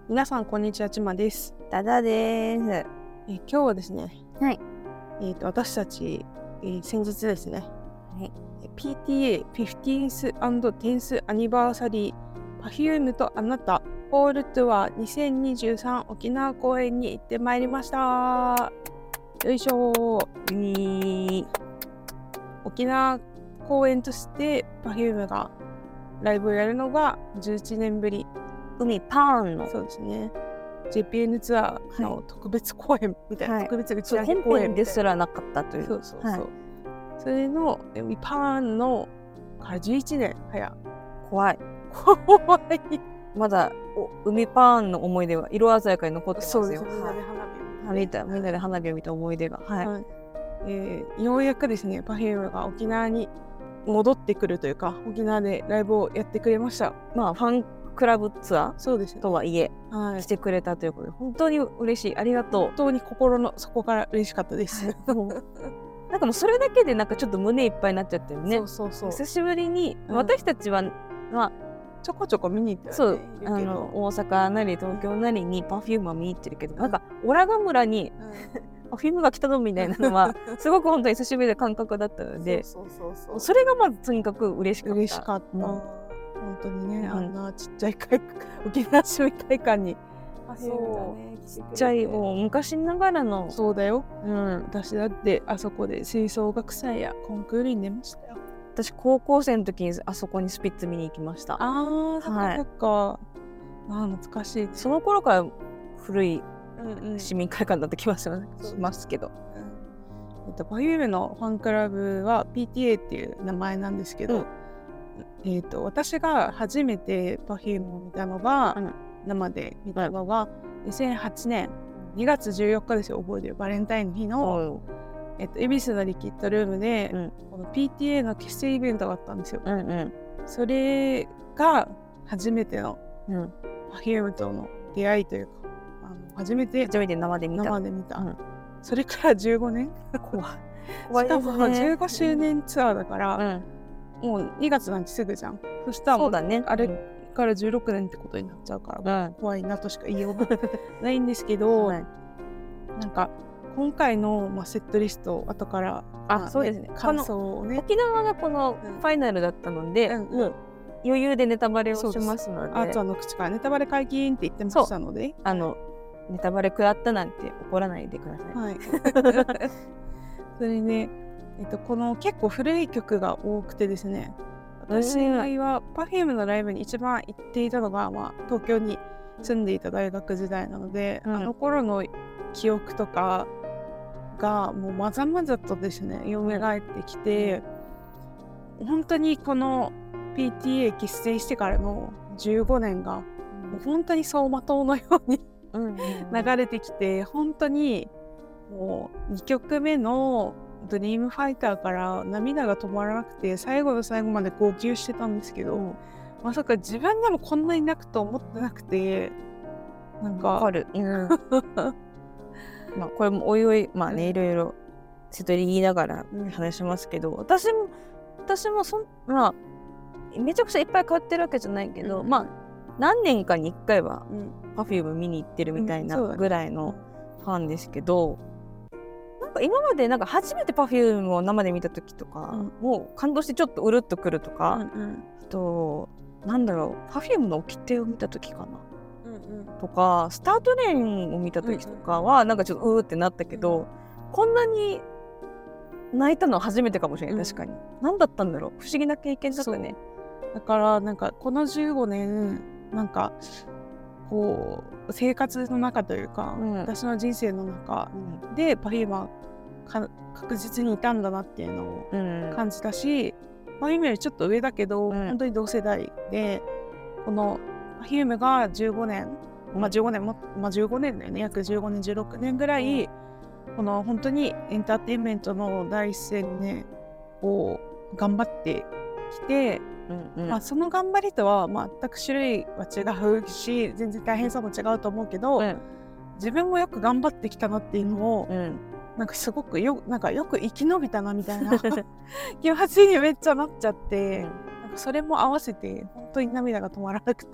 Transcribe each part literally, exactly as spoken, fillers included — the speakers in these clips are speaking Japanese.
皆さんこんにちは、ちまです。 ダダです。 え今日はですね、 はい。 えー、と私たち、えー、先日ですね、 はい、 ピーティーエー フィフティース テンス アニバーサリー Perfume とあなたホールツアーにせんにじゅうさん沖縄公演に行ってまいりました。よいしょー。沖縄公演として Perfume がライブをやるのがじゅういちねんぶり。 海パーンのそうですね、ジェーピーエヌ ツアーの特別公演みたいな、はい、特別打ち上げ公演本編ですらなかったという。 そうそうそう、はい、それの海パーンのからじゅういちねん早。 怖い怖いまだ海パーンの思い出は色鮮やかに残ってますよ。 そうです、みんなで花火を見た、 みんなで花火を見た思い出が、はいはい、 えー、ようやくですね Perfume が沖縄に戻ってくるというか、沖縄でライブをやってくれました。 まあファンクラブツアーそうです、ね、 とはいえ、はい、来てくれたということで本当に嬉しい。ありがとう。 本当に心の底から嬉しかったです、はい、 なんかもうそれだけでなんかちょっと胸いっぱいになっちゃってるね。 そうそうそう、 久しぶりに、うん、私たちはまあちょこちょこ見に行って、ね、 そうあの大阪なり東京なりに Perfume は見に行ってるけど、うん、なんかオラガ村に、うん、Perfume が来たのみたいなのはすごく本当に久しぶりで感覚だったのでそうそうそうそう、それがまずとにかく嬉しかった。 嬉しかった、うん、本当にね、うん、あんなちっちゃい会沖縄市民会館にそう、ね、ちっちゃいもう昔ながらの。 そうだよ、うん、私だってあそこで吹奏楽祭やコンクールに出ましたよ。 私高校生の時にあそこにスピッツ見に行きました。 あー、そっかそっか、はい、あ懐かしい。 その頃から古い市民会館だった気がしますけど、 えっと Perfume のファンクラブは ピーティーエー っていう名前なんですけど、うん、えっと私が初めて Perfume を見たのが、うん、生で見たのがにせんはちねんにがつじゅうよっかですよ。覚えてる。バレンタインの日の、うん、えっと恵比寿のリキッドルームで、うん、この ピーティーエー の結成イベントがあったんですよ、うんうん、それが初めての Perfume との出会いというか、あの初めて初めて生で見た生で見た、うん、それからじゅうごねん怖い怖いですね。しかもじゅうごしゅうねんツアーだから、うん、もうにがつなんてすぐじゃん。そしたらもう、そうだね、あれからじゅうろくねんってことになっちゃうから、うん、怖いなとしか言いようがないんですけど、はい、なんか今回の、まあ、セットリスト後からあ、まあ、そうですね、 感想をね、 沖縄がこのファイナルだったので、うんうん、余裕でネタバレをしますので、 アーツァの口からネタバレ解禁って言ってましたので、 あのネタバレ食らったなんて怒らないでください。はい、 それね、えっと、この結構古い曲が多くてですね、私は Perfume のライブに一番行っていたのが、まあ、東京に住んでいた大学時代なので、うん、あの頃の記憶とかがもうまざまざとですね蘇ってきて、うん、本当にこの ピーティーエー 結成してからのじゅうごねんが、うん、もう本当に走馬灯のように流れてきて、本当にもうにきょくめのドリームファイターから涙が止まらなくて最後の最後まで号泣してたんですけど、うん、まさか自分でもこんなに泣くと思ってなくて、なんかわかる、うん、まあこれもおいおいまあね、うん、いろいろ瀬戸り言いながら話しますけど、うん、私も私もそんまあめちゃくちゃいっぱい変わってるわけじゃないけど、うん、まあ何年かにいっかいは Perfume 見に行ってるみたいなぐらいのファンですけど、なんか今までなんか初めて Perfume を生で見た時とか、うん、もう感動してちょっとうるっとくるとか、うんうん、あとなんだろう Perfume の掟を見た時かな、うんうん、とかスタートレインを見た時とかはなんかちょっとうーってなったけど、うん、こんなに泣いたのは初めてかもしれない、うん、確かに。何だったんだろう、不思議な経験だったね。 だからなんかこのじゅうごねんなんかこう生活の中というか、うん、私の人生の中で Perfume は確実にいたんだなっていうのを感じたし、うん、Perfume よりちょっと上だけど、うん、本当に同世代でこの Perfume がじゅうごねん、うん、まあじゅうごねんも、まあ、じゅうごねんだよね、約じゅうごねんじゅうろくねんぐらい、うん、この本当にエンターテインメントの第一線ねを頑張ってきて、うんうん、まあ、その頑張りとは全く種類は違うし全然大変さも違うと思うけど、うん、自分もよく頑張ってきたなっていうのを、うん、なんかすごく よ, なんかよく生き延びたなみたいな気持ちにめっちゃなっちゃって、うん、なんかそれも合わせて本当に涙が止まらなくて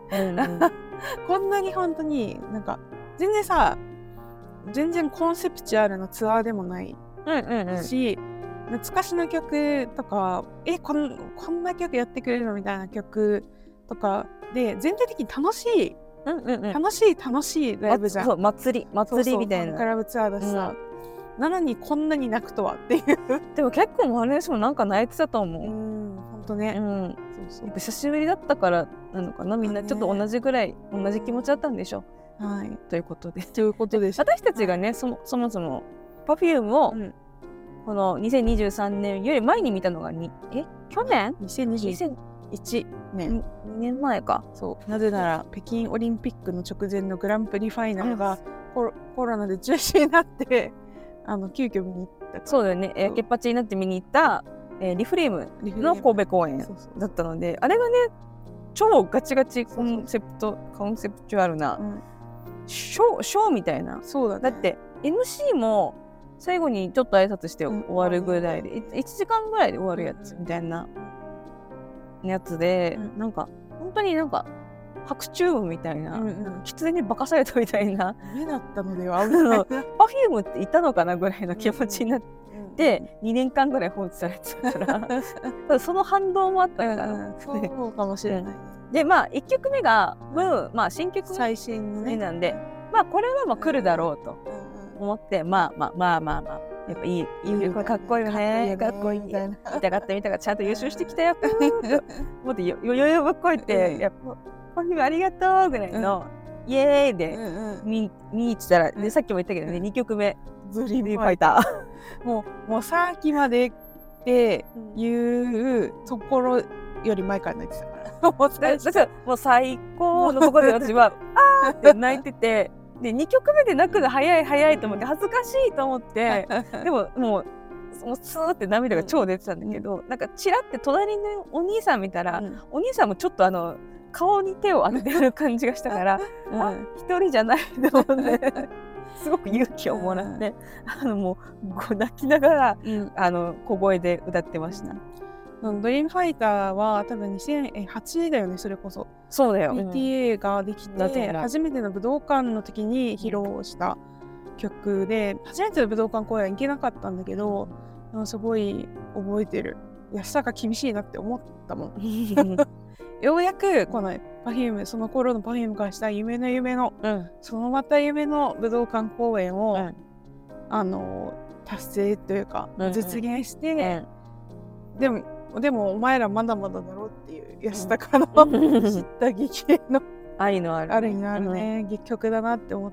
うんうん、 こんなに本当になんか全然さ全然コンセプチュアルなツアーでもないうんうんうん、 し、懐かしの曲とかえこんこんな曲やってくれるのみたいな曲とかで全体的に楽しい、 うんうんうん、 楽しい楽しいライブじゃん。 そう祭り祭りみたいな。 そうそうクラブツアーだしさ、うん、なのにこんなに泣くとはっていう。 でも結構周りの人もなんか泣いてたと思う。 うん本当ね、うん、そうそう、 やっぱ久しぶりだったからなのかな、みんなちょっと同じぐらい、ね、同じ気持ちだったんでしょう。はい、ということでということです。 私たちがね、はい、そもそもそも Perfume を、うん、このにせんにじゅうさんねんより前に見たのがにえ去年にせんにじゅういちねん、 にねんまえか。 そうなぜなら北京オリンピックの直前のグランプリファイナルがコロ、コロナで中止になってあの急遽見に行った。 そうだよね、焼けっぱちになって見に行った、えー、リフレームの神戸公演だったので、あれがね超ガチガチコンセプトコンセプチュアルな、うん、ショー、ショーみたいな。 そうだね、 だって エムシー も最後にちょっと挨拶して終わるぐらいで、うん、いちじかんぐらいで終わるやつみたいなやつで、うん、なんか本当になんか白昼夢みたいな、うんうん、狐に化かされたみたいな目だったのでは Perfume っていたのかなぐらいの気持ちになって、うんうん、にねんかんぐらい放置されてたからその反動もあったから、うん、 そうかもしれない。 でまあいっきょくめがムー、まあ、新曲最新ねなんで、まあこれはまあ来るだろうと思って、うん、まあまあまあまあまあやっぱいいいいこれかっこいいよね、かっこいいみたいな、見たかった見たかった、ちゃんと優勝してきたよってもっとよよよぶっこいて、やっぱPerfumeありがとうぐらいの、うん、イエーイで、うんうん、見に行ってたら、でさっきも言ったけどね、にきょくめズリーファイターもうもうさっきまでっていうところより前から泣いてたからもう最もう最高のところで私はあーって泣いててでにきょくめで泣くの早い早いと思って恥ずかしいと思ってでももうもうスーって涙が超出てたんだけど、うん、なんかチラって隣のお兄さん見たら、うん、お兄さんもちょっとあの顔に手を当ててる感じがしたから、うん、あ一人じゃないと思ってすごく勇気をもらって、うん、あのもう泣きながら、うん、あの小声で歌ってました。 ドリームファイターは多分にせんはちねんだよね、それこそ。 そうだよ。 ピーティーエー ができて、うん、初めての武道館の時に披露した曲で、初めての武道館公演は行けなかったんだけど、すごい覚えてる。安坂厳しいなって思ったもん。ようやくこの Perfume、その頃の Perfume からした夢の夢の、うん、そのまた夢の武道館公演を、うん、あの達成というか、うんうん、実現して、うん、でもでもお前らまだまだだろうっていう安高の、うん、知った激励の愛のあるあるにあるね、うん、曲だなって思って、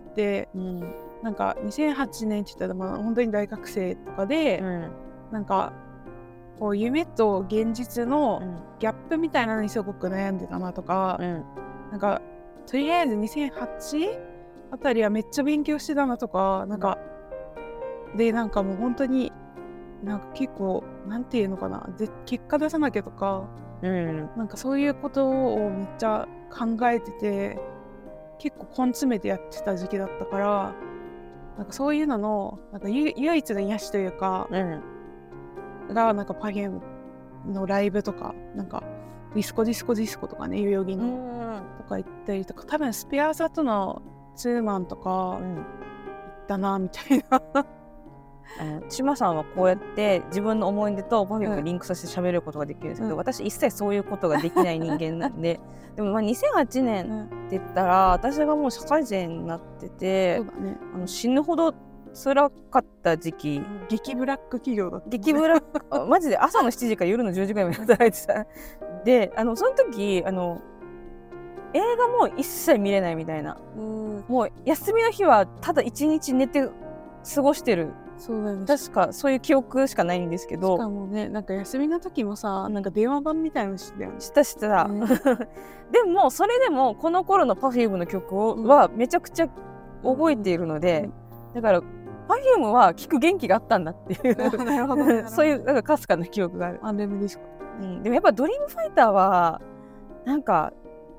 うん、なんかにせんはちねんって言ったらまあ本当に大学生とかで、うん、なんかこう夢と現実のギャップみたいなのにすごく悩んでたなとか、うん、なんかとりあえずにせんはちあたりはめっちゃ勉強してたなとか、なんかでなんかもう本当になんか結構なんていうのかな、で結果出さなきゃとか、うん、なんかそういうことをめっちゃ考えてて結構根詰めてやってた時期だったから、なんかそういうののなんか唯一の癒しというか、うんがなんかPerfumeのライブとかなんかディスコディスコディスコとかね、代々木のとか行ったりとか、多分スペアーサとのツーマンとか行ったなみたいな。 あの島さんはこうやって自分の思い出とPerfumeをリンクさせて喋ることができるんですけど、うん、私一切そういうことができない人間なんででもまあにせんはちねんって言ったら、私がもう社会人になってて、そうだね、あの死ぬほど辛かった時期、 激ブラック企業だった、ね、 激ブラックマジで朝のしちじから夜のじゅうじぐらいまで働いてたで、あのその時あの映画も一切見れないみたいな、うん、もう休みの日はただ一日寝て過ごしてる。 そうだね、 確かそういう記憶しかないんですけど、 しかもね、なんか休みの時もさ、なんか電話番みたいなのしてたよね。 したした、ね、でもそれでもこの頃のPerfumeの曲をはめちゃくちゃ覚えているので、うんうん、だからPerfumeは聴く元気があったんだっていうなるほどそういうなんかかすかな記憶がある。 あ、でもですか、 うん、でもやっぱドリームファイターはなんか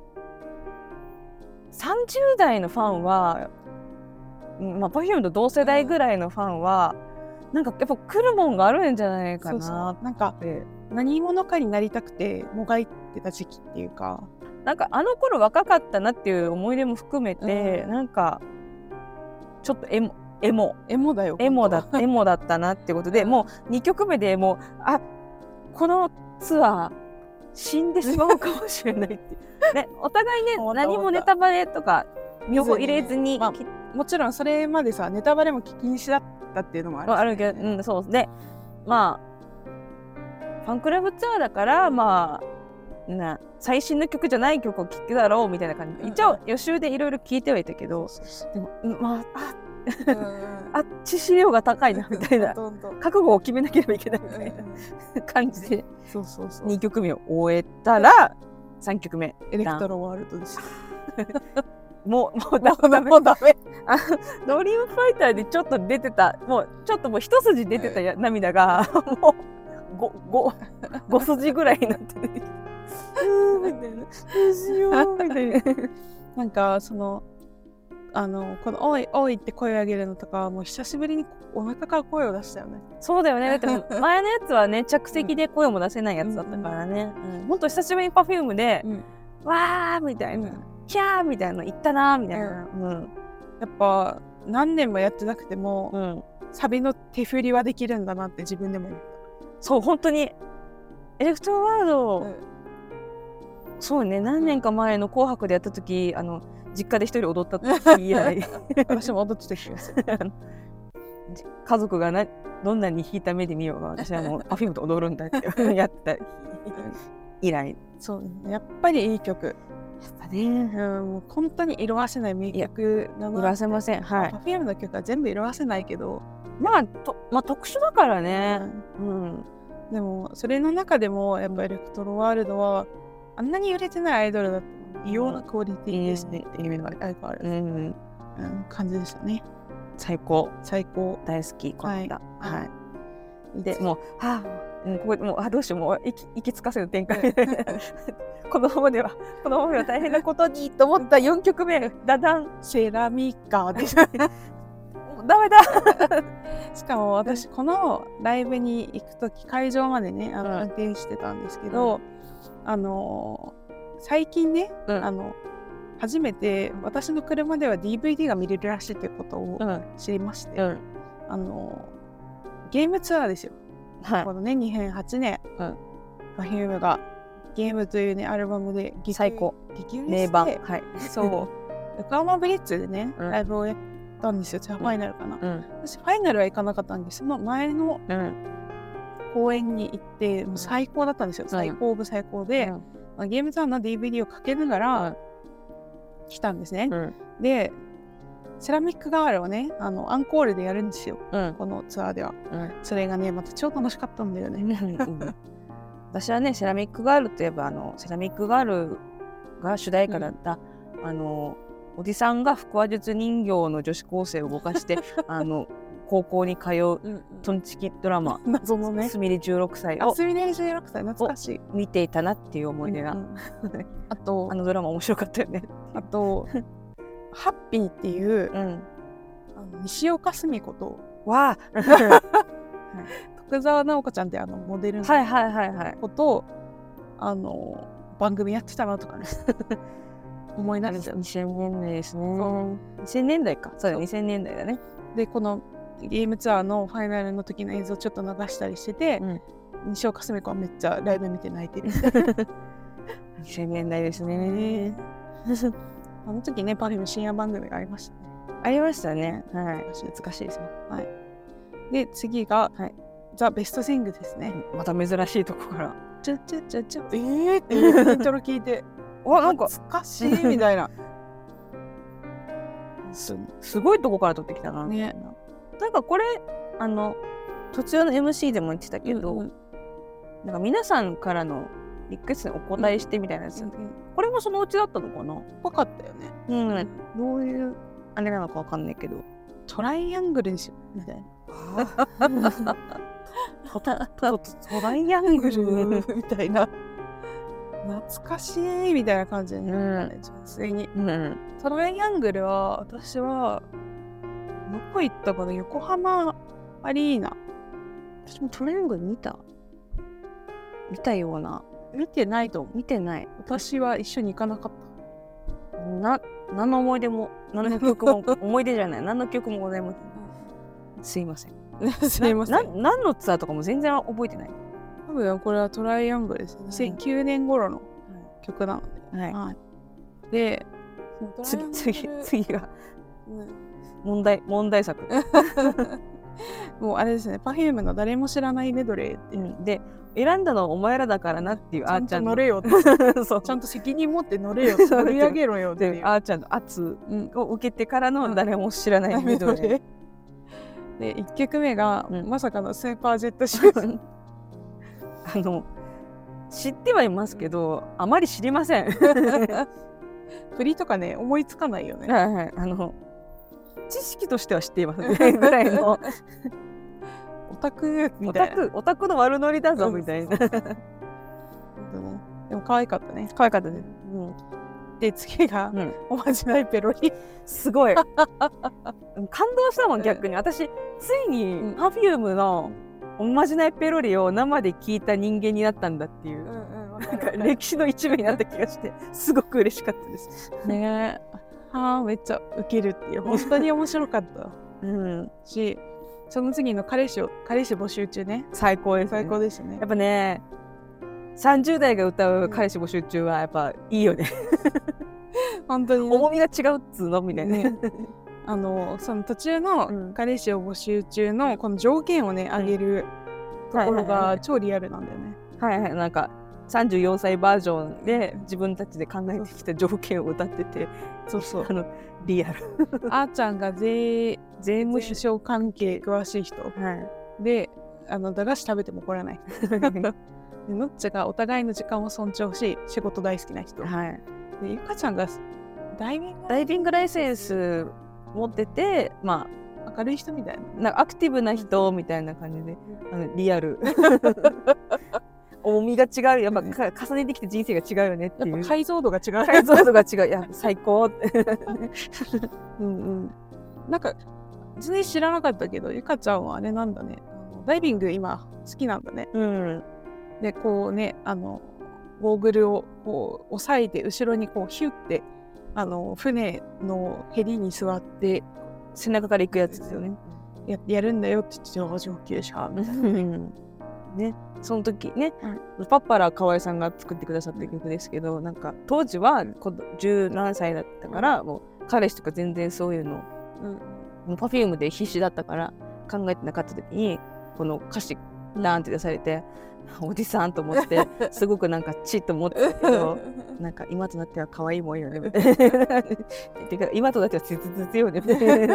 さんじゅうだいのファンは、まあ、Perfume と同世代ぐらいのファンは、うん、なんかやっぱ来るもんがあるんじゃないかな。 そうそう、なんか何者かになりたくてもがいてた時期っていうか、 なんかあの頃若かったなっていう思い出も含めて、うん、なんかちょっとエモエモエモだよエモだエモだったなってことで、もうにきょくめでもうあこのツアー死んでしまうかもしれないってね、お互いね何もネタバレとか情報入れずに、まあ、もちろんそれまでさネタバレも禁止だったっていうのもある、ね、 あるけど、うん、そうでまあファンクラブツアーだからまあな最新の曲じゃない曲を聴くだろうみたいな感じで、うん、一応予習でいろいろ聞いてはいたけど、でもまあああ致死量が高いなみたいな覚悟を決めなければいけないみたいな感じでにきょくめを終えたらさんきょくめエレクトロワールドでしたもうもうダメもうダメあドリームファイターでちょっと出てたもうちょっともう一筋出てたや涙がもうごごご筋ぐらいになって出てきてうーみたいなどうしようみたいななんかそのあのこの「おいおい」って声を上げるのとかもう久しぶりにお腹から声を出したよね。 そうだよね。だって前のやつはね着席で声も出せないやつだったからね、うんうん、ほんと久しぶりに パフューム で、うん、わーみたいな、うん、キャーみたいなの言ったなみたいな、うんうん、 やっぱ何年もやってなくても、うん、サビの手振りはできるんだなって自分でも思った。 そう本当にエレクトロワールド、うん、そうね何年か前の紅白でやった時あの実家で一人踊った時以来私も踊ってた気がする家族がなどんなに引いた目で見ようが私はもう パフューム と踊るんだってやった以来。 そうやっぱりいい曲やっぱね、 うん、もう本当に色あせない名曲なの。 色あせません。はい。 パフューム の曲は全部色あせないけどまあと、まあ、特殊だからね、うん、うん、 でもそれの中でもやっぱエレクトロワールドはあんなに売れてないアイドルだった異様なクオリティですねっていうのがあるから、うんうん、感じでしたね。 最高最高大好きこの歌、はいはい、でもうはあもうここもうあどうしようもう息息つかせる展開このままではこのままでは大変なことにと思ったよんきょくめダダンセラミカですダメだしかも私このライブに行く時会場までねあの、うん、運転してたんですけど、うん、あのー最近ね、うん、あの初めて私の車では ディーブイディー が見れるらしいということを知りまして、うん、あのゲームツアーですよ、はい、このねにせんはちねん、うん、パフューム がゲームというねアルバムで最高激売れして名盤、はい、 そう横浜ブリッツでね、うん、ライブをやったんですよ。じゃあファイナルかな、うん、私ファイナルは行かなかったんですその前の公演に行って、もう最高だったんですよ、うん、最高部最高で、うんまあ、ゲームツアーの ディーブイディー をかけながら来たんですね、うん、でセラミックガールをねあのアンコールでやるんですよ、うん、このツアーでは、うん、それがねまた超楽しかったんだよね、うん、 私はねセラミックガールといえばあのセラミックガールが主題歌だった、うん、あのおじさんが腹話術人形の女子高生を動かしてあの高校に通うトンチキドラマ謎のねすみれじゅうろくさいをすみれじゅうろくさい懐かしい見ていたなっていう思い出が、うんうん、あとあのドラマ面白かったよねあとハッピーっていう、うん、あの西岡澄子とわあ徳沢直子ちゃんってあのモデルのはいはいはいはい子とあの番組やってたなとかね思い出したにせんねんだいですね。にせんねんだいかそうだにせんねんだいだね。 でこのゲームツアーのファイナルの時の映像をちょっと流したりしてて、うん、西岡澄子はめっちゃライブ見て泣いてるにせんねんだいですねあの時ねパフューム深夜番組がありましたねありましたねはい懐かしいですねはいで次が、はい、ザ・ベストシングですね、 うん、また珍しいとこからちゃちゃちゃちゃえーっていうイントロ聞いてわなんか懐かしいみたいなす, すごいとこから撮ってきたな、ね、なんかこれあの途中の エムシー でも言ってたけど、うんうん、なんか皆さんからのリクエストにお答えしてみたいなやつ、うんうん、これもそのうちだったのかなぽかったよね、 うん、うん、どういうあれなのかわかんないけどトライアングルにしようみたいなト, ト, トライアングルみたいな懐かしいみたいな感じでね、うん、純粋に、うん、トライアングルは私はどこ行ったかな横浜アリーナ私もトライアングル見た見たような見てないと思う。 見てない。 私は一緒に行かなかった。 な何の思い出も何の曲も思い出じゃない何の曲もございません。すいません。 すいません。 な何のツアーとかも全然覚えてない。 多分これはトライアングルですね。にせんきゅうねん頃の曲なので。 はい。 はい、で、 次次次が、うん、問題問題作。 もうあれですね。Perfume の誰も知らないメドレーっていう、うん、 で選んだのはお前らだからなっていうあーちゃんの乗れよってそうちゃんと責任持って乗れよって盛り上げろよっていうあーちゃんの圧を受けてからの誰も知らないメドレー。 でいっきょくめが、うん、まさかのスーパージェットシューズ。 あの知ってはいますけど、あまり知りません。 振りとかね思いつかないよね。 はいはい、あの知識としては知っていますねぐらいのオタクみたいな、 オタクの悪ノリだぞみたいな。でも可愛かったね。 可愛かったね。 うん、で次が、うん、おまじないペロリ。 すごい感動したもん逆に。私ついに Perfume のおまじないペロリを生で聞いた人間になったんだっていう、うんうん、なんか歴史の一部になった気がしてすごく嬉しかったですね。はあめっちゃウケるっていう本当に面白かった、うん、しその次の彼氏を彼氏募集中ね。 最高ですね。 最高ですね。 やっぱねさんじゅう代が歌う彼氏募集中はやっぱいいよね。 本当に、ね、 重みが違うっつうのみたいな、ね、 あのその途中の彼氏を募集中のこの条件をね上げるところが超リアルなんだよね。 はいはい、なんかさんじゅうよんさいバージョンで自分たちで考えてきた条件を歌ってて、 そうそうあのリアル。 あーちゃんが税税務署関係詳しい人、はい、であの駄菓子食べても怒らないでのっちがお互いの時間を尊重し仕事大好きな人、はい、でゆかちゃんがダイビングダイビングライセンス持ってて、まあ明るい人みたいな、 なんかアクティブな人みたいな感じで、あのリアル重みが違う、やっぱ重ねてきて人生が違うよねっていう。 解像度が違う。 解像度が違う。いや最高って。 うんうん。なんか全然知らなかったけど、ゆかちゃんはあれなんだね。ダイビング今好きなんだね。うん。でこうね、あのゴーグルをこう押さえて後ろにこうヒュッてあの船のヘリに座って背中から行くやつですよね。 や, やるんだよって言って上級者みたいな。 ね、その時ね、うん、パッパラ河合さんが作ってくださった曲ですけど、なんか当時は十何歳だったから、うん、もう彼氏とか全然そういうの、うん、Perfume で必死だったから考えてなかった時にこの歌詞ダーンって出されて、おじさんと思ってすごくなんかチッと思ってたけどなんか今となっては可愛いもんよねみたいなてか今となっては切実よねみたいな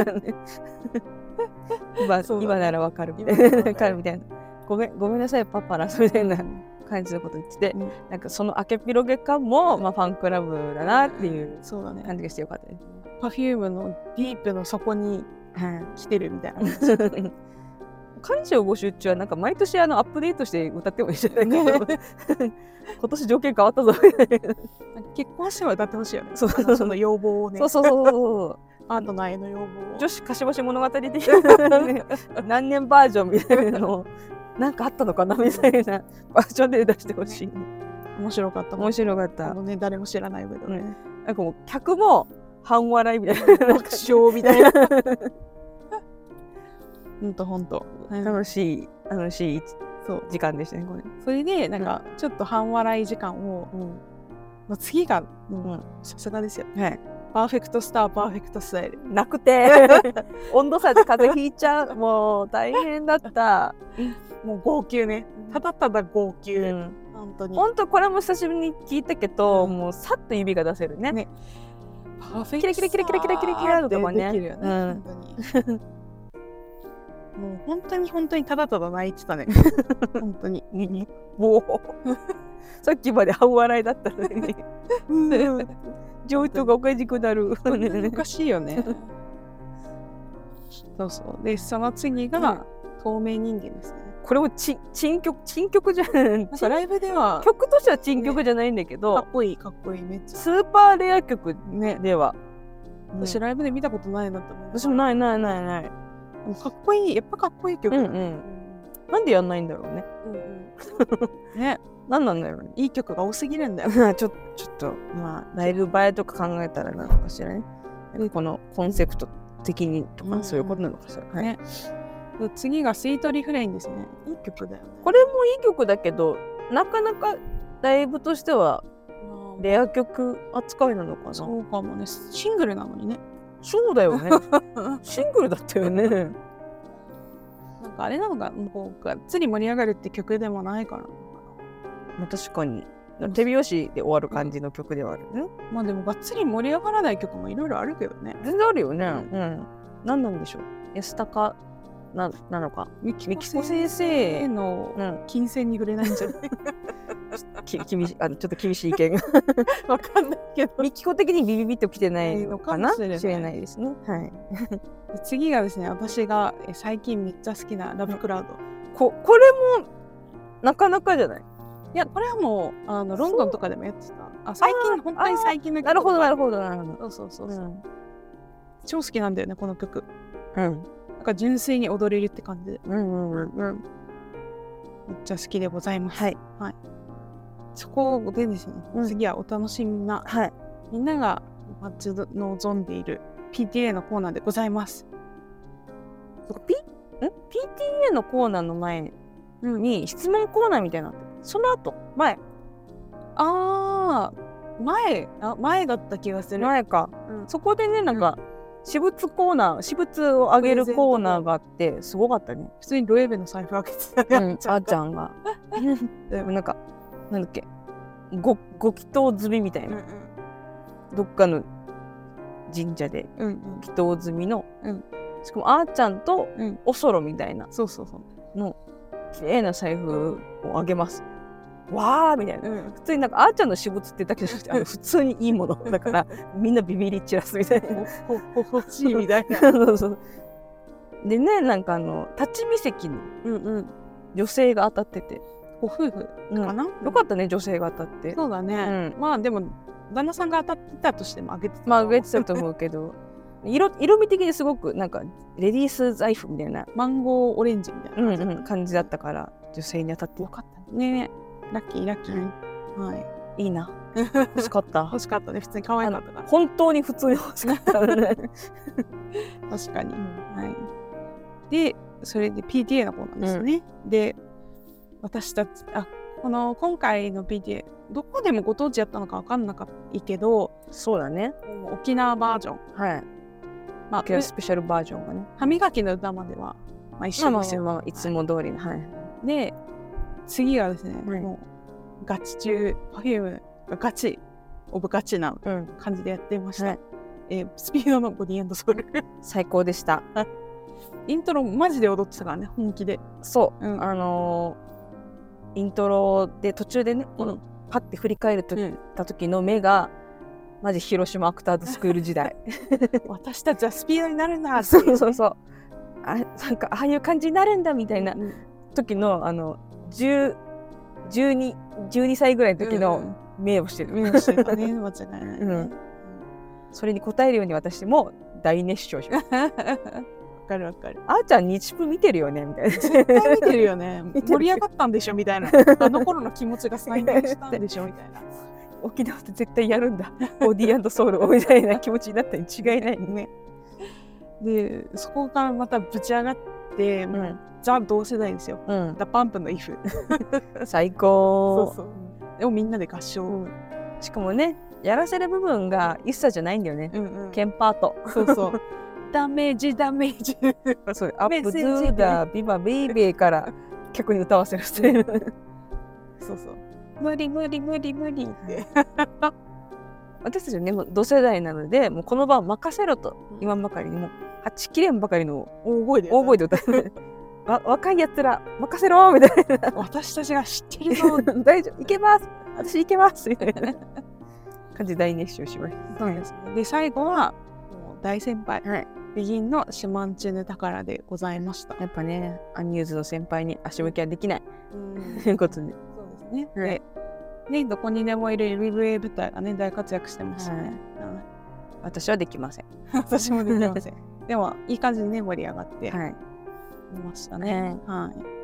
今, 今ならわかるみたいなわかるみたいな。ごめんごめんなさいパパラみたいな感じのこと言ってて、うん、なんかそのアケピロゲ感も、まあ、ファンクラブだなっていう感じがしてよかったです。 Perfume のディープの底に来てるみたいな。 彼氏を募集中はなんか毎年あのアップデートして歌ってもいいんじゃないかな、ね、今年条件変わったぞみたいな。 結婚しては歌ってほしいよね。そうその要望をね。 そうそうそうそうあとないの要望を。 女子貸し星物語的な、ね、何年バージョンみたいなのをなんかあったのかなみたいなバージョンで出してほしい。 面白かった。 面白かった。 あのね誰も知らない上でね、 なんかもう客も半笑いみたいな、 爆笑みたいな。ほんとほんと楽しい楽しいそう時間でしたねこれ。 それでなんかちょっと半笑い時間を、うん、の次がさすがですよ。はい。パーフェクトスターパーフェクトスタイルなくて温度差で風邪ひいちゃう。もう大変だった。 もう号泣ね。ただただ号泣、うん、本当に本当これも久しぶりに聞いたけど、うん、もうさっと指が出せるね。ねパーフェクトスターキラキラキラキラキラキラとかね。 できるよね、うん、本当にもう本当に本当にただただ泣いてたね。本当にもうさっきまで半笑いだったのに情緒がおかしくなる。 おかしいよね。そうそう。でその次が、うん、透明人間ですね。 これもち珍曲珍曲じゃん。なんかライブでは曲としては珍曲じゃないんだけど、 ね、かっこいいかっこいいめっちゃスーパーレア曲、ね、では、 私、うん、ライブで見たことないなと思う。 私もないないないない。 かっこいいやっぱかっこいい曲、 うんうん、なんでやんないんだろうね。 うんうん、ねなんなんだろうね。 いい曲が多すぎるんだよ。 ちょちょっとまあライブ映えとか考えたらなのかしらね。このコンセプト的にとか、うん、そういうことなのかしら。はい、ね。 次がスイートリフレインですね。いい曲だよね。 これもいい曲だけど、なかなかライブとしてはレア曲扱いなのかな。 そうかもね。シングルなのにね。 そうだよね。シングルだったよね。なんかあれなのか、もうがっつり盛り上がるって曲でもないから。 まあ、確かに手拍子で終わる感じの曲ではあるね。 まあでもがっつり盛り上がらない曲もいろいろあるけどね。 全然あるよね。うん。何なんでしょう。安高な, なのか。 みきこ先生の金銭に触れないんじゃない？ き厳しいあのちょっと厳しい意見がわかんないけど、 みきこ的にビビビッときてないのかな、しれないですね。はい。 次がですね、私が最近めっちゃ好きなラブクラウド。 ここれもなかなかじゃない？ いや、これはもうあのロンドンとかでもやってた。あ、最近、本当に最近の曲。 なるほどなるほどなるほど。そうそうそうそう、うん、超好きなんだよねこの曲。 うん。 なんか純粋に踊れるって感じで。 うんうんうん。 めっちゃ好きでございます。 はい。 はい。そこでですね、うん、次はお楽しみな、 はい、 みんなが待ち望んでいる ピーティーエー のコーナーでございます。 ピ, ん ピーティーエー のコーナーの前に質問コーナーみたいな、その後前あー前あ前だった気がする。 前か、うん、そこでねなんか、うん、私物コーナー私物をあげるコーナーがあってすごかったね。 普通にロエベの財布開けてたね、 うん、あーちゃんがでもなんかなんだっけ ご, ご祈祷済みみたいな、うんうん、どっかの神社で祈祷済みの、うん、しかもあーちゃんとおそろみたいな、 うん、そうそうそうの綺麗な財布をあげます。わーみたいな、うん、普通になんかあーちゃんの私物ってだけじゃなくてあの普通にいいものだからみんなビビり散らすみたいな欲しいみたいなそうそうでね、なんかあの立ち見席の女性が当たってて、 ご夫婦かな、 うん、よかったね女性が当たって。 そうだね、うん、まあでも旦那さんが当たってたとしてもあげてたまああげてたと思うけど色, 色味的にすごくなんかレディース財布みたいなマンゴーオレンジみたいな感じだった、うんうん、 感じだったから女性に当たってよかったね。ラッキーラッキー、はい、 いいな。欲しかった欲しかったね。普通に可愛かったから。 本当に普通に欲しかったね確かに、うん、はい。でそれで ピーティーエー のコーナーですね、うん、で私たちあこの今回の ピーティーエー どこでもご当地やったのか分かんなかったけど、 そうだね、 沖縄バージョン、 はい、まあスペシャルバージョンがね、 歯磨きの歌までは、まあ、一緒ですよ、 まあまあまあいつも通りの、はい、 で次がですね、はい、もうガチ中 Perfume がガチオブガチな感じでやっていました、うん、はい、えー、スピードのボディ&ソウル最高でしたイントロマジで踊ってたからね、本気で。 そう、うん、あのー、イントロで途中でね、うん、パッて振り返ると、うん、た時の目がマジ広島アクターズスクール時代私たちはスピードになるんだって、 そうそうそう、あなんかああいう感じになるんだみたいな時の、あのじゅう、じゅうに、じゅうにさいぐらいの時の目をしてる、 うんうん、目をしてたね間違いないね、うん、 それに応えるように私も大熱唱しますわかるわかる。 あーちゃん日プ見てるよねみたいな。 絶対見てるよね。盛り上がったんでしょみたいな。あの頃の気持ちが再現したんでしょみたいな。 沖縄って絶対やるんだ。ボディ&ソウルをみたいな気持ちになったに違いないね。 でそこからまたぶち上がって、うん、ザ同世代ですよ。うん、ダパンプのイフ。 最高。 そうそう。でもみんなで合唱。うん、 しかもね、やらせる部分が一切じゃないんだよね。うんうん、ケンパート。 そうそう。ダメージダメージそうアップズーダービバベイベーから曲に歌わせるスタイルそうそう無理無理無理無理って私たちはねもう同世代なのでもうこの場を任せろと言わんばかりにもはちきれんばかりの大声で大声で歌うわ若いやつら任せろみたいな私たちが知ってるぞ大丈夫いけます私いけますみたいな感じで大熱唱しました。 そうですね。で最後はもう大先輩、はい、ビギンのシュマンチュヌ宝でございました。 やっぱねアンニューズの先輩に足向けはできないということで、 そうですね、はい、でねどこにでもいるエルブエー部隊がね大活躍してましたね、はい、 私はできません私もできませんでもいい感じにね盛り上がっていましたね、はい、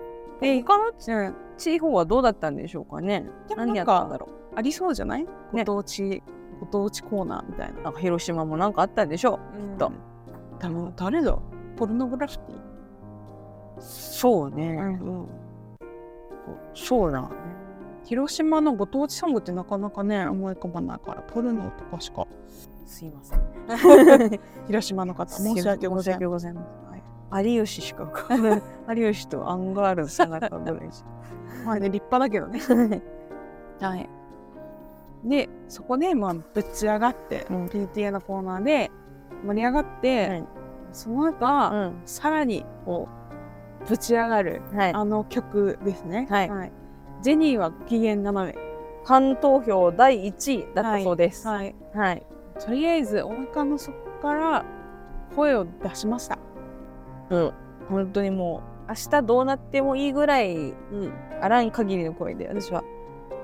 で他の地方はどうだったんでしょうかね。何やったんだろう。 ありそうじゃない？ご当地、ね、ご当地コーナーみたいな。 なんか広島もなんかあったんでしょう、うん、きっと。 多分誰だ？ポルノグラフィティ？ そうね、うんうん、そうだね。 広島のご当地ソングってなかなかね思い浮かばないからポルノとかしか。 すいません広島の方申し訳ございません。 はい、有吉しか浮かばない有吉とアンガールズ田中ぐらいしまあね立派だけどねはい。でそこでまあぶち上がって、うん、ピーティーエー のコーナーで盛り上がって、うん、その後、うん、さらにこうぶち上がる、はい、あの曲ですね。はいはい、ジェニーはごきげん斜め。 ファン投票だいいちいだったそうです。 はい。はいはい、とりあえずお腹の底から声を出しました。 うん。本当にもう明日どうなってもいいぐらい、うん、あらん限りの声で私は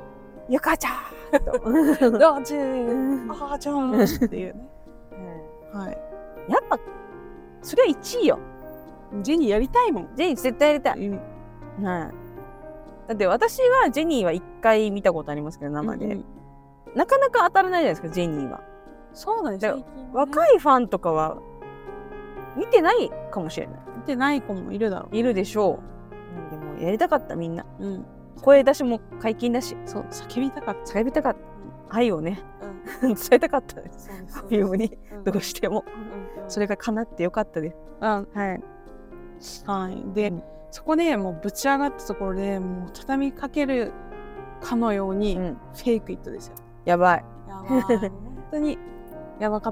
「ゆかちゃん!」と「どっちあーちゃん!」っていうね。うん、はい。やっぱそれはいちいよ。 ジェニーやりたいもん。 ジェニー絶対やりたい。うん、はい。だって私はジェニーはいっかい見たことありますけど生で、うんうん、なかなか当たらないじゃないですかジェニーは。 そうなんですよ、 ね、若いファンとかは見てないかもしれない。 見てない子もいるだろう。 いるでしょう。でもやりたかったみんな、うん、声出しも解禁だし、 そう叫びたかった叫びたかった、うん、愛をね、うん、伝えたかったです。フィルムにどうしても、うん、それが叶ってよかったです。 うん、はいはい。で、うん、そこでもうぶち上がったところでもう畳みかけるかのように、うん、フェイクイットですよ。 やばい。 やばい。本当にやばかった。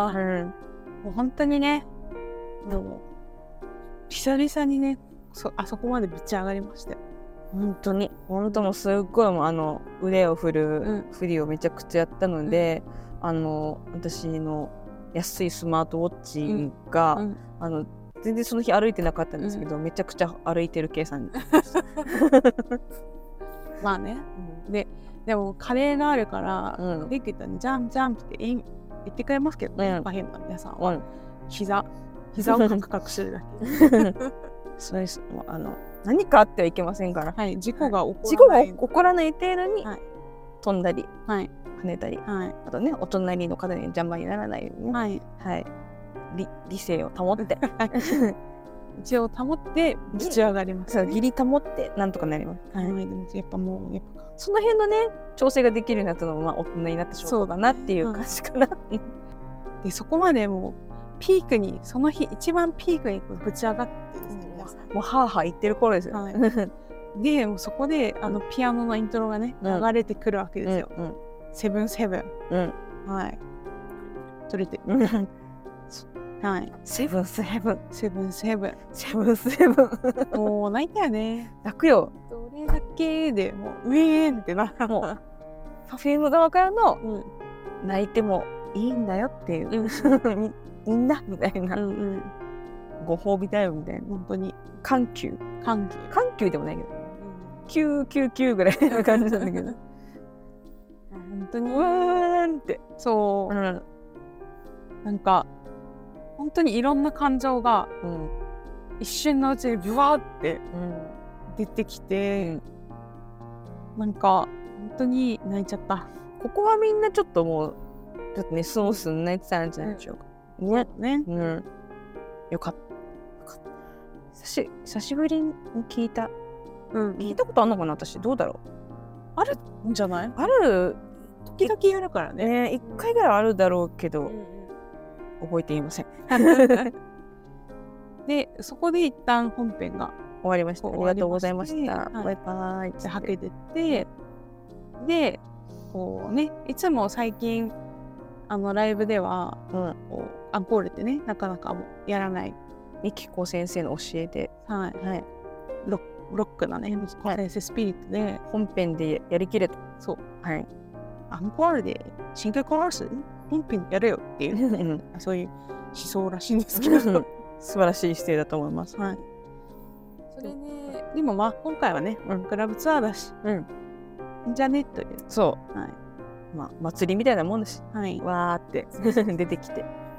うん、もう本当にね、でも久々にね、そあそこまでぶち上がりましたよ。 本当に本当もすっごいもうあの腕を振る振りをめちゃくちゃやったので、うん、あの私の安いスマートウォッチが、うんうん、あの全然その日歩いてなかったんですけど、うん、めちゃくちゃ歩いてる計算まあね、うん、ででもカレーがあるから、うん、できたらジャンプジャンプって言ってくれますけどね、うん、変な皆さんは、うん、膝膝をカクカクするだけそうです。あの何かあってはいけませんから、 はい、事故が起こらない、 事故が起こらない程度に、はい、飛んだり、はい、跳ねたり、はい、あとねお隣の方に邪魔にならないようにね、はいはい、理, 理性を保って一応保ってぶち上がります、 ね、義理保ってなんとかなります、 はい、でもやっぱもうやっぱその辺のね調整ができるようになったのも、まあ、大人になった証拠かなっていう感じかな、うん、 でそこまでもうピークにその日一番ピークにぶち上がってですね、 うん、もうハーハー言ってる頃ですよ、はい、 でもうそこであのピアノのイントロがね、うん、流れてくるわけですよ、うんうん、セブンセブン、うん、はい取れてはい、 セブンセブンセブンセブンセブンセブンもう泣いたよね。 泣くよ。 それだけでもうウェーンってなもうパフューム側からの、うん、泣いてもいいんだよっていう、うん、いいんだみたいな、うんうん、ご褒美だよみたいな本当に緩急緩急緩急でもないけど、うん、きゅうきゅうきゅうぐらいな感じなんだけど本当にうーんってそう、うん、なんか本当にいろんな感情が、うん、一瞬のうちにブワーって出てきて、うん、なんか本当に泣いちゃった。 ここはみんなちょっともうちょっとねスンスン泣いてたんじゃないでしょうか、 うん、ねね、 うん、よかった。久し、久しぶりに聞いた、うん、聞いたことあるのかな私。どうだろう。あるんじゃない？ ある時々あるからね。 一回ぐらいあるだろうけど、うん、覚えていませんでそこで一旦本編が終わりました。ありがとうございました。 はい、バイバイってはけてって、でこうねいつも最近あのライブでは、うん、こうアンコールってねなかなかやらないみきこ先生の教えで、 はいはい、ロ, ロックなねみきこ先生スピリットで本編でやりきれと。 そう、はい、アンコールでシンガーコーラス本編やれよっていう、ね、そういう思想らしいんですけど素晴らしい姿勢だと思います。 はい。それね、でもまあ今回はね、うん、クラブツアーだし、うん、じゃねという。 そう。はい。まあ祭りみたいなもんだし、はい、わーって出てきて。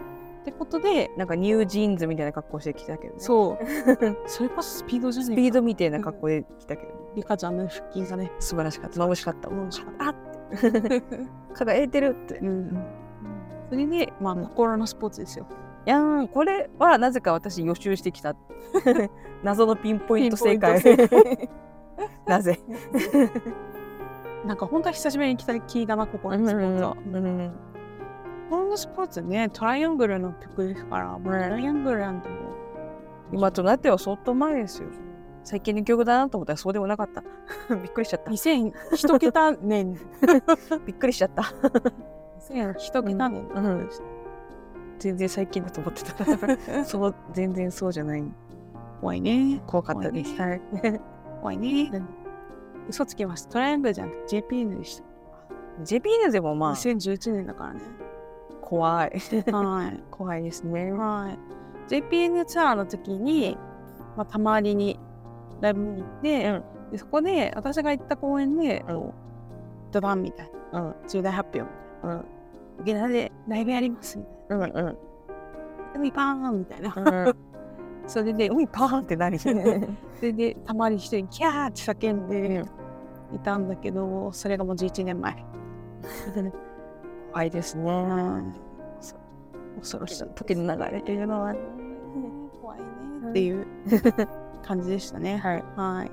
ってことでなんかニュージーンズみたいな格好してきたけどね。 そうそれこそスピードじゃねえか。 スピードみたいな格好で来たけど、 リカちゃんの腹筋がね素晴らしかった。眩しかった。 眩しかっあって輝いてるって、 うん、それでまあ心のスポーツですよ。 いやーこれはなぜか私予習してきた謎のピンポイント正解なぜなんか本当は久しぶりに来た気がな心のスポーツは。心のスポーツねトライアングルの曲ですから、もうトライアングルなんてもう今となっては相当前ですよ。最近の曲だなと思ったらそうでもなかったびっくりしちゃった。 にせんいち桁年びっくりしちゃったにせんいち桁年、 うんうん、全然最近だと思ってたそう全然そうじゃない。 怖いね。 怖かったです。 怖いね。怖いね。嘘つきました。トライアングルじゃなくて ジェーピーエヌ でした。 ジェーピーエヌ でもまあにせんじゅういちねんだからね。 怖いはい怖いですね。 はい。ジェーピーエヌ ツアーの時に、まあ、たまりにライブに行って、うん、でそこで私が行った公園で、うん、ドバンみたいな、うん、重大発表みたいな、うん、沖縄でライブやりますみたいな、うんうん、海パーンみたいな、うん、それで海パーンって何それでたまに一人キャーって叫んでいたんだけど、それがもうじゅういちねんまえ怖いですね、うん、恐ろしい時の流れというのは、ね、 怖いねっていう感じでしたね。はい、はい、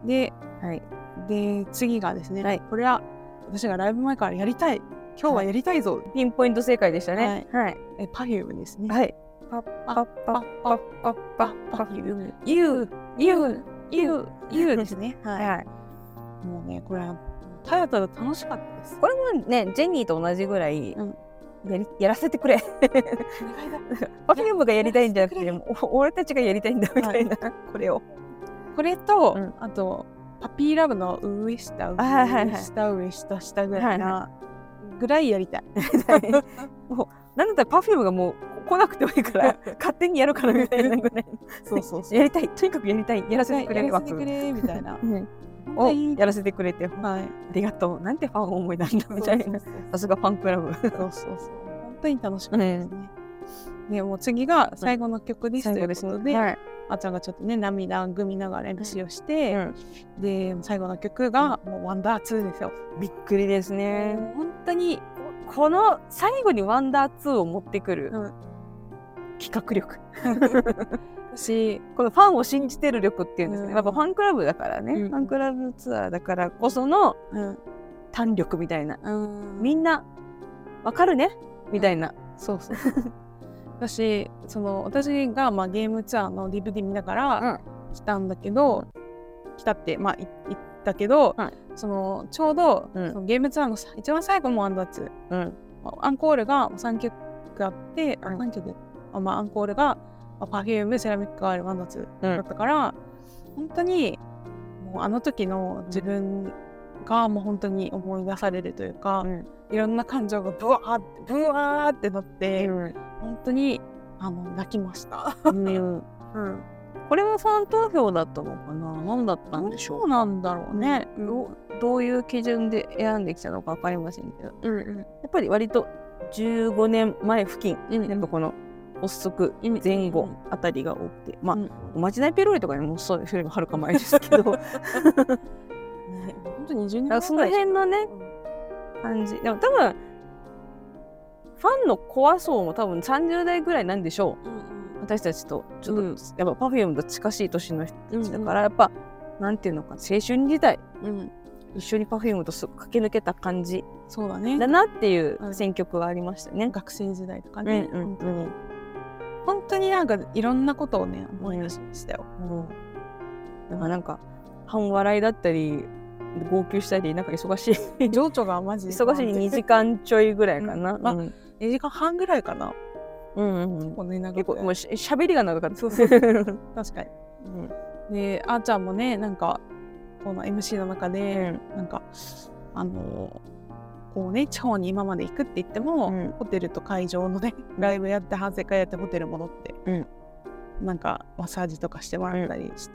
で、はい、で次がですね、はい、これは私がライブ前からやりたい、今日はやりたいぞ、はい、 ピンポイント正解でしたね。はい、はい、 え Perfume ですね。 はい、パッパッパッパッパッパッ Perfume You You You You ですね。はい、はい、 もうねこれはただただ楽しかったです。 これもねジェニーと同じぐらい、うん、や, りやらせてくれPerfume がやりたいんじゃなくて俺たちがやりたいんだみたいな、はい、これをこれと、うん、あとパピーラブの上下上下上下下ぐらいなぐらいやりたいもうなんだったら Perfume がもう来なくてもいいから勝手にやるからみたいなぐらいそうそうそうやりたい、とにかくやりたい、やらせてくれ、 やらせてくれみたいなをやらせてくれて、はい、ありがとう、なんてファン思いなんだみたいな、さすがファンクラブそうそうそう、本当に楽しかったですね。うん、でもう次が最後の曲です、うん、ということで、はい、あーちゃんがちょっとね涙ぐみながら エムシー をして、うん、で最後の曲がもうワンダーツーですよ。 びっくりですね。本当にこの最後にワンダーツーを持ってくる、うん、企画力しこのファンを信じてる力っていうんですね、うん、やっぱファンクラブだからね、うん、ファンクラブツアーだからこその、うん、弾力みたいな、うん、みんなわかるねみたいな、うん、 そうそう私その私が、まあ、ゲームツアーの ディーブイディー 見ながら来たんだけど、うん、来たってまあ言ったけど、うん、そのちょうど、うん、そのゲームツアーの一番最後もワンダーツー、うん、アンコールがさんきょくあって、うん、さんきょくあ、まあ、アンコールがPerfume、セラミックガール、ワンダーツーだったから、うん、本当にもうあの時の自分がもう本当に思い出されるというか、うん、いろんな感情がブワーってブワーってなって、うん、本当にあの泣きました、うんうん、 これもファン投票だったのかな、何だったんでしょう。 そうなんだろうね、 うん、ど, どういう基準で選んできたのか分かりませんけど、うんうん、やっぱり割とじゅうごねんまえ付近、うん、やっぱこの発足前後あたりが多くて、まあ、うん、おまじないペロリとかにもそういうよりもはるか前ですけど、ね、 本当ににじゅうねんまえその辺のね、うん、感じでも多分ファンのコア層も多分さんじゅうだいぐらいなんでしょう、うんうん、私たちとちょっと、うん、やっぱ Perfume と近しい年の人たちだから、うんうん、やっぱなんていうのか青春時代、うん、一緒に Perfume と駆け抜けた感じそうだねだなっていう選曲がありましたね、 うん、学生時代とかね、 うんうんうん、 本当になんかいろんなことをね思い出しましたよ、うん、 だからなんか半笑いだったり号泣したりなんか忙しい情緒がマジで忙しいにじかんちょいぐらいかな、うんまあ、 にじかんはんぐらいかな、 うんうんうん、 こうね長結構もうしゃべりが長かったそうそう確かに、うん、であーちゃんもねなんかこの エムシー の中で、うん、なんかあのこうね地方に今まで行くって言っても、うん、ホテルと会場のねライブやって反省会やってホテル戻って、うん、なんかマッサージとかしてもらったりして、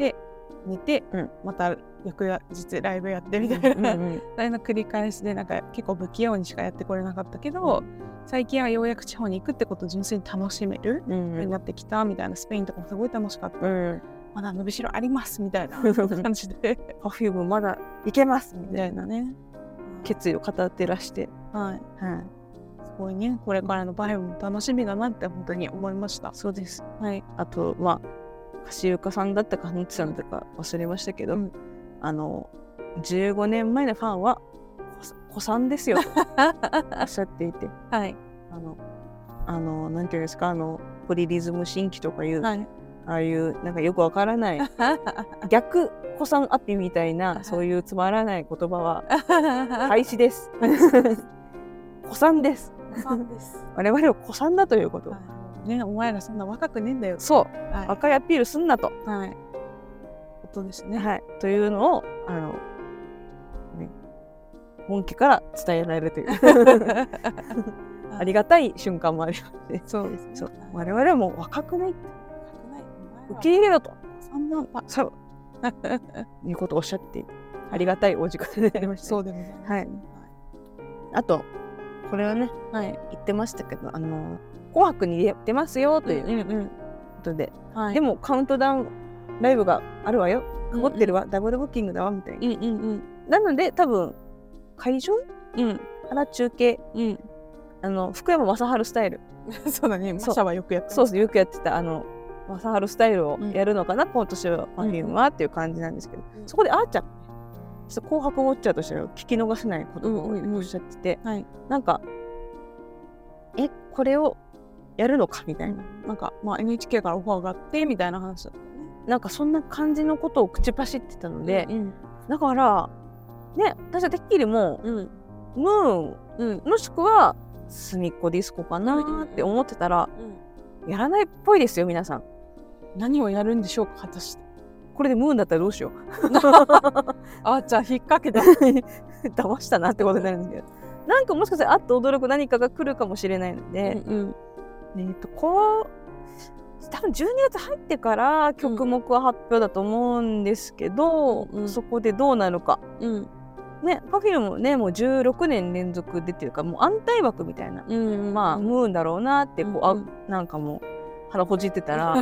寝て、うん、また翌日ライブやってみたいな、うんうん、それの繰り返しでなんか結構不器用にしかやってこれなかったけど、うん、最近はようやく地方に行くってことを純粋に楽しめるようになってきたみたいな、スペインとかもすごい楽しかった、うん、まだ伸びしろありますみたいな感じで Perfume まだいけますみたいなね、決意を語ってらして、はい、 はい、すごいね、これからのPerfumeも楽しみだなって本当に思いました。 そうです、はい、あとまあかしゆかさんだったかのちさんだったか忘れましたけど、うん、あのじゅうごねんまえのファンは子さんですよおっしゃっていて、はい、あのあのなんていうんですか、あのポリリズム新規とかいう、はい、ああいうなんかよくわからない逆子さんアピみたいなそういうつまらない言葉は廃止です子さんです我々は子さんだということ、はい、 ね、お前らそんな若くねえんだよ、 そう、はい、若いアピールすんなと、 はい、ことですね、 はい、というのをあの、ね、本家から伝えられるというありがたい瞬間もありまして、そうですね、そう、我々はもう若くないって受け入れろと、そんなそういうことをおっしゃってありがたいお時間でありました、ね、 そうでございます、はい、 あとこれはね、はい、言ってましたけど、あの紅白に出ますよということで、うんうんうん、でもカウントダウンライブがあるわよ、かこってるわ、うんうん、ダブルブッキングだわみたいな、うんうんうん、なので多分会場、うん、から中継、うん、あの福山雅治スタイルそうだね、マシャはよくやってた、 そうそうよくやってたあの雅治スタイルをやるのかな、うん、今年は Perfume はっていう感じなんですけど、うん、そこであーちゃん紅白ウォッチャーとしては聞き逃せないことをおっしゃってて、うんうんうん、なんかえこれをやるのかみたいな、 うん、なんか、まあ、エヌエイチケー からオファーがあってみたいな話だったね。 なんかそんな感じのことを口走ってたので、うんうん、だからね、私はてっきりもう、うん、ムーン、うん、もしくはすみっこディスコかなって思ってたら、うんうん、やらないっぽいですよ皆さん。 何をやるんでしょうか果たして。 これでムーンだったらどうしようあーちゃん引っ掛けた騙したなってことになるんですけど、なんかもしかしたらあっと驚く何かが来るかもしれないので、うんうん、えっとこう多分じゅうにがつ入ってから曲目は発表だと思うんですけど、うん、そこでどうなるか、うん、ね、Perfumeもねもうじゅうろくねん連続でっていうかもう安泰枠みたいな、うん、まあムーンだろうなってこう、うん、あなんかもう腹ほじってたら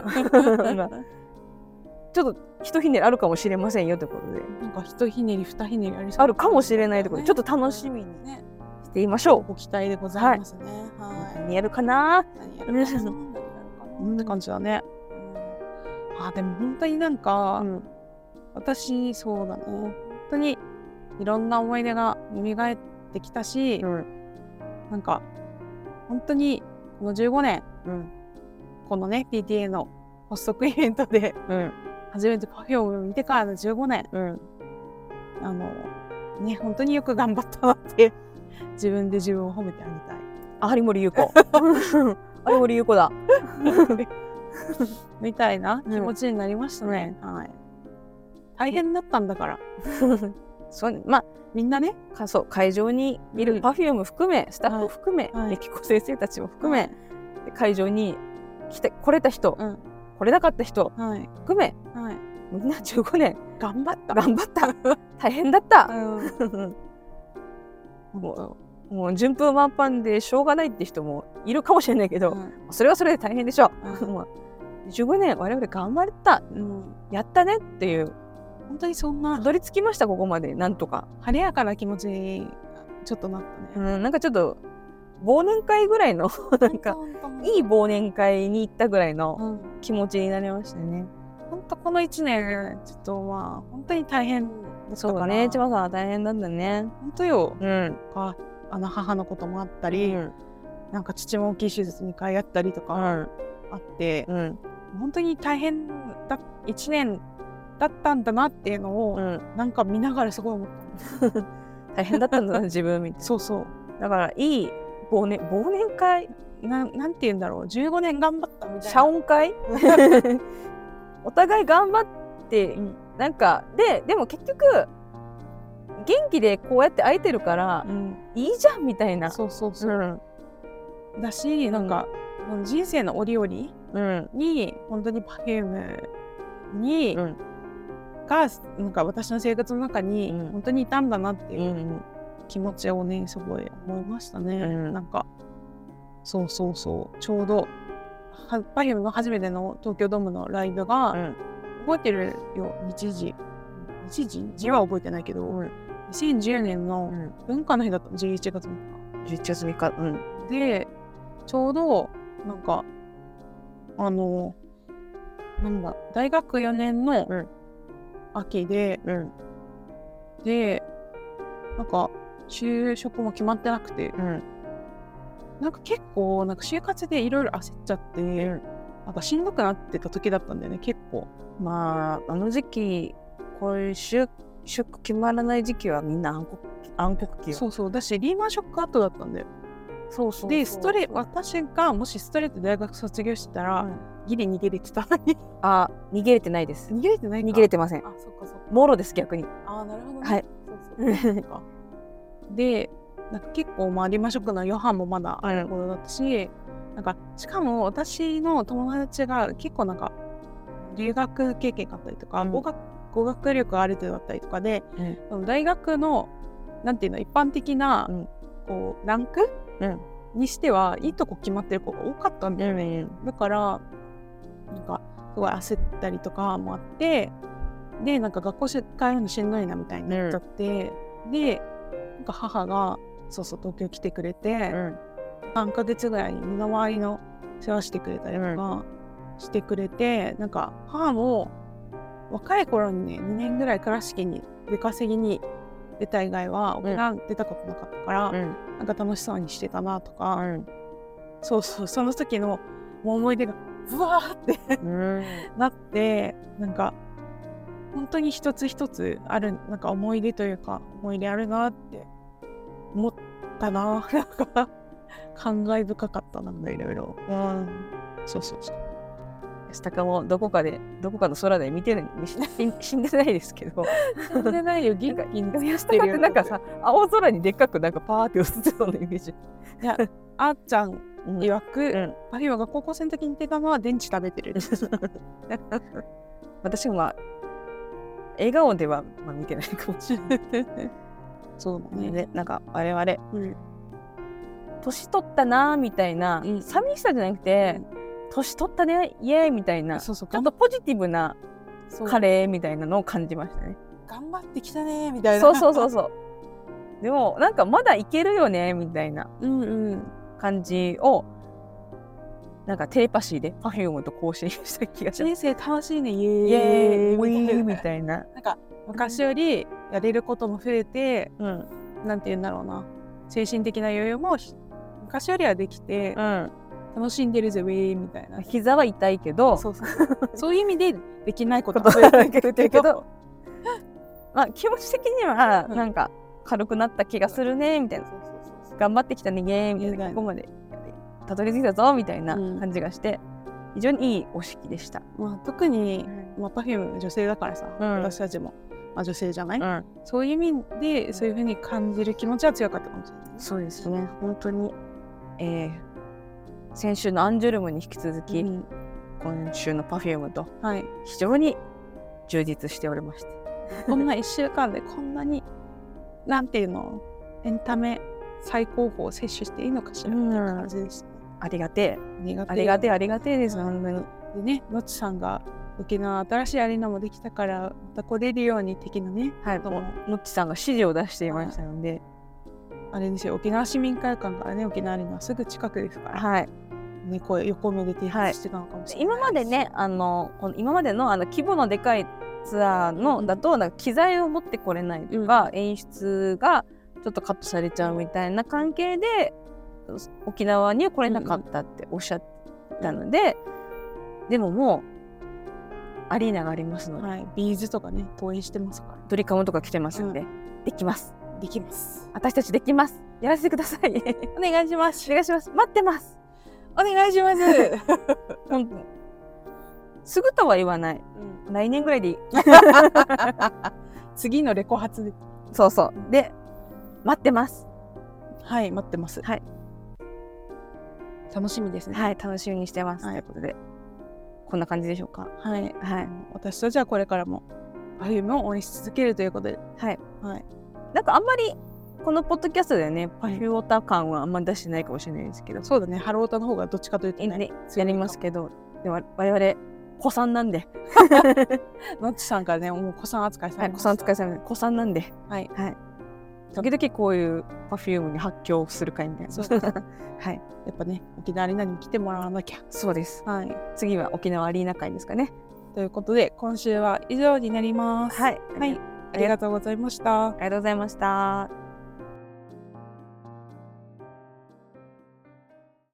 ちょっとひとひねりあるかもしれませんよってことで、 なんかひとひねりふたひねりありそう、 あるかもしれないってことで、ね、ちょっと楽しみにしていましょう。 ご期待でございますね。 はい、はい、何やるかな何やるかなって感じだね。うん、あでも本当になんか、うん、私そうだね本当にいろんな思い出が蘇ってきたし、うん、なんか本当にこのじゅうごねん、うん、このね ピーティーエー の発足イベントで、うん、初めて Perfume を見てからのじゅうごねん、うん、あのね本当によく頑張ったなって自分で自分を褒めてあげたい。 あ有森優子有森優子だみたいな気持ちになりましたね、うん、はい、大変だったんだからそうまあみんなねかそう会場にいる Perfume 含め、うん、スタッフ含め、はい、歴子先生たちも含め、はい、会場に来て来れた人、うん、来れなかった人、はい、含め、はい、みんなじゅうごねん頑張った頑張った大変だった、うん、もうもう順風満帆でしょうがないって人もいるかもしれないけど、うん、それはそれで大変でしょう、うん、じゅうごねん我々頑張った、うん、やったねっていう本当にそんなたどり着きました。ここまでなんとか晴れやかな気持ちにちょっとなったね、 うん、なんかちょっと忘年会ぐらいのなんかいい忘年会に行ったぐらいの気持ちになりましたね。 本当このいちねんちょっとまあ本当に大変だったそうだね。千葉さんは大変なんだね。 本当よ、うん、ああの母のこともあったり、うん、なんか父も大きい手術にかいあったりとかあって、うん、本当に大変だいちねんだったんだなっていうのを、うん、なんか見ながらすごい思った大変だったんだな自分みたいなそうそうだからいい忘年忘年会な、なんて言うんだろうじゅうごねん頑張ったみたいな謝恩会お互い頑張って、うん、なんかででも結局元気でこうやって会えてるから、うん、いいじゃんみたいなそうそうそう、うん、だしなんか、うん、人生の折々に、うん、本当に Perfume に、うん、 がなんか私の生活の中に本当にいたんだなっていう、 うん、 気持ちをねすごい思いましたね、 うん、 なんかそうそうそうちょうどPerfumeの初めての東京ドームのライブが、うん、覚えてるよ日時日時字は覚えてないけど、うん、にせんじゅうねんの文化の日だったのじゅういちがつみっかじゅういちがつみっか、うん、 でちょうどなんかあのなんだ大学よねんの秋で、うん、でなんか就職も決まってなくて、うん、なんか結構なんか就活でいろいろ焦っちゃって、うん、なんかしんどくなってた時だったんだよね結構。 まああの時期こういう就職決まらない時期はみんな暗黒暗黒期よ。 そうそうだしリーマンショック後だったんだよ。そうそうそうでストレ私がもしストレートで大学卒業してたら、うん、ギリ逃げれてたのにあ逃げれてないです。 逃げれてないか逃げれてません。 あそっかそっかもろです逆に。 あなるほどね。 はいそうそうそうでなんか結構まあリーマンショックの余波もまだある頃だったし、うん、なんかしかも私の友達が結構なんか留学経験があったりとか、うん、語学語学力ある程度だったりとかで、うん、大学のなんていうの一般的な、うん、こうランク、うん、にしてはいいとこ決まってる子が多かったんだよね、うん、だからなんかすごい焦ったりとかもあってでなんか学校帰るのしんどいなみたいになっちゃって、うん、でなんか母がそうそう東京来てくれて、うん、さんかげつぐらい身の回りの世話してくれたりとかしてくれて、うん、なんか母も若い頃にねにねんぐらい倉敷に出稼ぎに出た以外は沖縄出たことなかったから、うん、なんか楽しそうにしてたなとか、うん、そうそうその時のもう思い出がブワーってうん、なってなんか本当に一つ一つあるなんか思い出というか思い出あるなって思ったななんか感慨深かったなんだいろいろ、うん、そうそうそう下かもどこかでどこかの空で見てる死んでないですけど死んでないよ元気にやってるよなんかさ青空にでっかくなんかパーって映ってそうなイメージいやあっちゃん曰く、うん、Perfumeが高校生の時に言ってたのは電池食べてる私もまあ笑顔では、まあ、見てないかもしれないそうだね、 ねなんか我々、うん、年取ったなみたいな、うん、寂しさじゃなくて、うん年取ったねイエーイみたいなそうそうちょっとポジティブなカレーみたいなのを感じましたね。 頑張ってきたねみたいなそうそうそうそうでもなんかまだいけるよねみたいな感じを、うんうん、なんかテレパシーで Perfume と交信した気がします。 人生楽しいねイエーイイエーイみたいななんか昔よりやれることも増えて、うん、なんて言うんだろうな精神的な余裕も昔よりはできて、うん楽しんでるぜウェイみたいな膝は痛いけどそうそうそういう意味でできないことも増えてるけどまあ気持ち的にはなんか軽くなった気がするねみたいな、うん、頑張ってきたねゲーみたいなここまでたどり着いたぞみたいな感じがして、うん、非常にいいお式でした、 まあ、特に、まあ、Perfume 女性だからさ、うん、私たちも、まあ、女性じゃない、うん、そういう意味でそういう風に感じる気持ちは強かったかもしれない。 そうですね本当に、えー先週のアンジュルムに引き続き、うん、今週のPerfumeと非常に充実しておりまして、 はい、こんないっしゅうかんでこんなになんていうのエンタメ最高峰を摂取していいのかしらっていう感じです、ねうん、ありがてえありがてえありがてえです、 はい、 本当にでねのちさんが沖縄新しいアリーナもできたからまた来れるように的なねはいのちさんが指示を出していましたので、はい、 あれですよ沖縄市民会館からね沖縄アリーナはすぐ近くですからはいね、こう横目で提出してたのかもしれない、 はい、今までねあのこの今までのあの規模のでかいツアーのだとなんか機材を持ってこれないとか、うん、演出がちょっとカットされちゃうみたいな関係で沖縄には来れなかったっておっしゃったので、うん、でももうアリーナがありますので、はい、 ビーズとかね投影してますからドリカムとか来てますんで、うん、できますできます私たちできますやらせてくださいお願いしますお願いします待ってますお願いします本当すぐとは言わない、うん、来年ぐらいでいい次のレコ発でそうそうで待ってますはい待ってますはい楽しみですねはい楽しみにしてます、 はい、 ということでこんな感じでしょうかはい、はい、私たちはこれからも Perfume を応援し続けるということで、 はい、 はい、 なんかあんまりこのポッドキャストでね、パフューオタ感はあんまり出してないかもしれないですけど、 そうだね、ハロータの方がどっちかというとね、 ねやりますけど、でも我々子さんなんでのっちさんからね、もう子さん扱いされました。 はい、子さん扱いされます。子さんなんで、 はい、 はい、時々こういうパフュームに発狂する会みたいな。 そうはい、やっぱね、沖縄アリーナに来てもらわなきゃ。 そうです。 はい、 次は沖縄アリーナ会ですかね。 ということで、今週は以上になります。 はい、 はい、ありがとうございました。 ありがとうございました。